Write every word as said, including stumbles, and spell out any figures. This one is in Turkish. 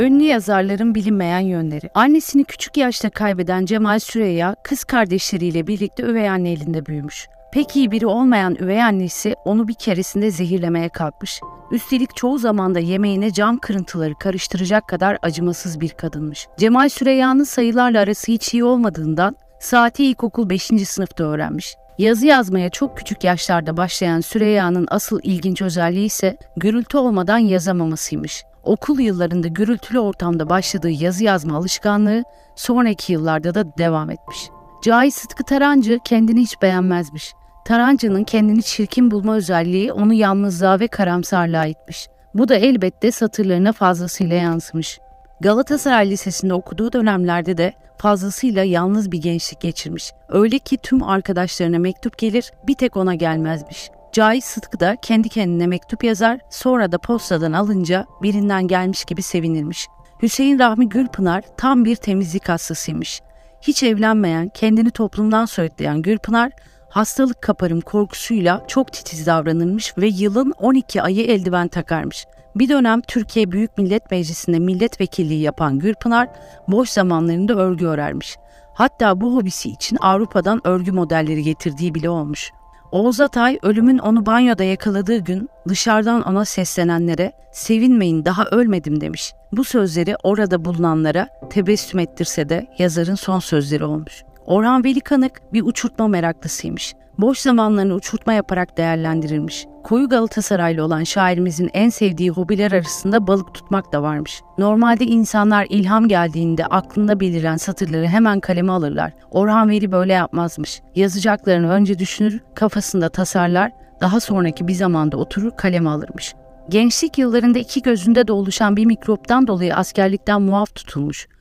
Ünlü yazarların bilinmeyen yönleri. Annesini küçük yaşta kaybeden Cemal Süreyya, kız kardeşleriyle birlikte üvey anne elinde büyümüş. Pek iyi biri olmayan üvey annesi onu bir keresinde zehirlemeye kalkmış. Üstelik çoğu zamanda yemeğine cam kırıntıları karıştıracak kadar acımasız bir kadınmış. Cemal Süreyya'nın sayılarla arası hiç iyi olmadığından saati ilkokul beşinci sınıfta öğrenmiş. Yazı yazmaya çok küçük yaşlarda başlayan Süreyya'nın asıl ilginç özelliği ise gürültü olmadan yazamamasıymış. Okul yıllarında gürültülü ortamda başladığı yazı yazma alışkanlığı sonraki yıllarda da devam etmiş. Cahit Sıtkı Tarancı kendini hiç beğenmezmiş. Tarancı'nın kendini çirkin bulma özelliği onu yalnızlığa ve karamsarlığa itmiş. Bu da elbette satırlarına fazlasıyla yansımış. Galatasaray Lisesi'nde okuduğu dönemlerde de fazlasıyla yalnız bir gençlik geçirmiş. Öyle ki tüm arkadaşlarına mektup gelir, bir tek ona gelmezmiş. Cahit Sıtkı da kendi kendine mektup yazar, sonra da postadan alınca birinden gelmiş gibi sevinirmiş. Hüseyin Rahmi Gülpınar tam bir temizlik hastasıymış. Hiç evlenmeyen, kendini toplumdan soyutlayan Gülpınar, hastalık kaparım korkusuyla çok titiz davranırmış ve yılın on iki ayı eldiven takarmış. Bir dönem Türkiye Büyük Millet Meclisi'nde milletvekilliği yapan Gülpınar, boş zamanlarında örgü örermiş. Hatta bu hobisi için Avrupa'dan örgü modelleri getirdiği bile olmuş. Oğuz Atay, ölümün onu banyoda yakaladığı gün dışarıdan ona seslenenlere "Sevinmeyin, daha ölmedim" demiş. Bu sözleri orada bulunanlara tebessüm ettirse de yazarın son sözleri olmuş. Orhan Veli Kanık bir uçurtma meraklısıymış. Boş zamanlarını uçurtma yaparak değerlendirirmiş. Koyu Galatasaraylı olan şairimizin en sevdiği hobiler arasında balık tutmak da varmış. Normalde insanlar ilham geldiğinde aklında beliren satırları hemen kaleme alırlar. Orhan Veli böyle yapmazmış. Yazacaklarını önce düşünür, kafasında tasarlar, daha sonraki bir zamanda oturur kaleme alırmış. Gençlik yıllarında iki gözünde de oluşan bir mikroptan dolayı askerlikten muaf tutulmuş.